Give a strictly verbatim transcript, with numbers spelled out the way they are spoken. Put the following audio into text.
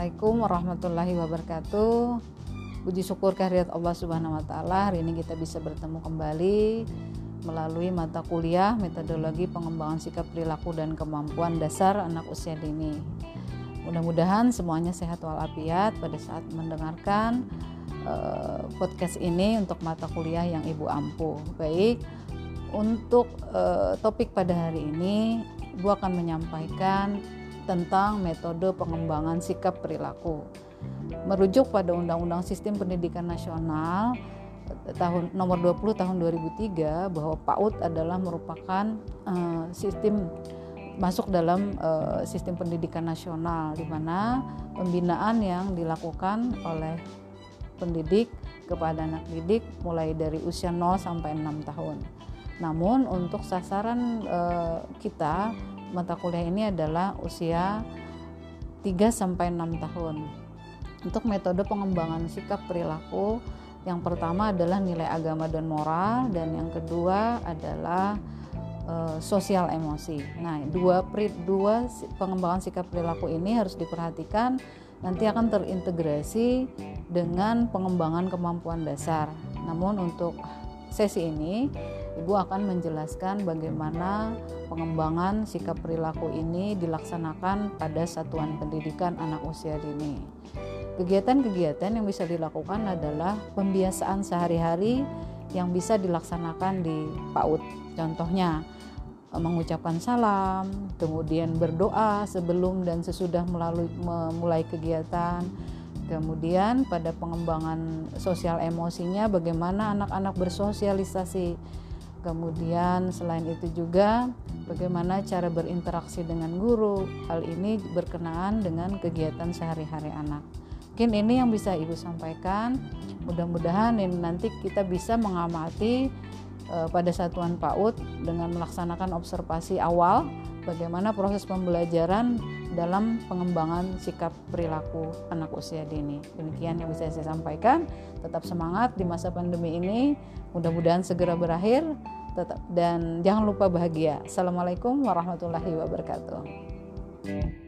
Assalamualaikum warahmatullahi wabarakatuh. Puji syukur kehadirat Allah Subhanahu wa taala. Hari ini kita bisa bertemu kembali melalui mata kuliah metodologi pengembangan sikap perilaku dan kemampuan dasar anak usia dini. Mudah-mudahan semuanya sehat walafiat pada saat mendengarkan uh, podcast ini untuk mata kuliah yang Ibu ampuh. Baik, untuk uh, topik pada hari ini Ibu akan menyampaikan tentang metode pengembangan sikap perilaku. Merujuk pada Undang-Undang Sistem Pendidikan Nasional tahun nomor dua puluh tahun dua ribu tiga bahwa PAUD adalah merupakan uh, sistem masuk dalam uh, sistem pendidikan nasional, di mana pembinaan yang dilakukan oleh pendidik kepada anak didik mulai dari usia nol sampai enam tahun. Namun untuk sasaran uh, kita mata kuliah ini adalah usia tiga sampai enam tahun. Untuk metode pengembangan sikap perilaku, yang pertama adalah nilai agama dan moral, dan yang kedua adalah e, sosial emosi. Nah, dua dua pengembangan sikap perilaku ini harus diperhatikan, nanti akan terintegrasi dengan pengembangan kemampuan dasar. Namun untuk sesi ini Ibu akan menjelaskan bagaimana pengembangan sikap perilaku ini dilaksanakan pada satuan pendidikan anak usia dini. Kegiatan-kegiatan yang bisa dilakukan adalah pembiasaan sehari-hari yang bisa dilaksanakan di PAUD. Contohnya mengucapkan salam, kemudian berdoa sebelum dan sesudah melalui memulai kegiatan. Kemudian pada pengembangan sosial emosinya bagaimana anak-anak bersosialisasi. Kemudian selain itu juga bagaimana cara berinteraksi dengan guru. Hal ini berkenaan dengan kegiatan sehari-hari anak. Mungkin ini yang bisa Ibu sampaikan. Mudah-mudahan ini nanti kita bisa mengamati e, pada satuan PAUD dengan melaksanakan observasi awal bagaimana proses pembelajaran dalam pengembangan sikap perilaku anak usia dini. Demikian yang bisa saya sampaikan. Tetap semangat di masa pandemi ini. Mudah-mudahan segera berakhir. Tetap dan jangan lupa bahagia. Assalamualaikum warahmatullahi wabarakatuh.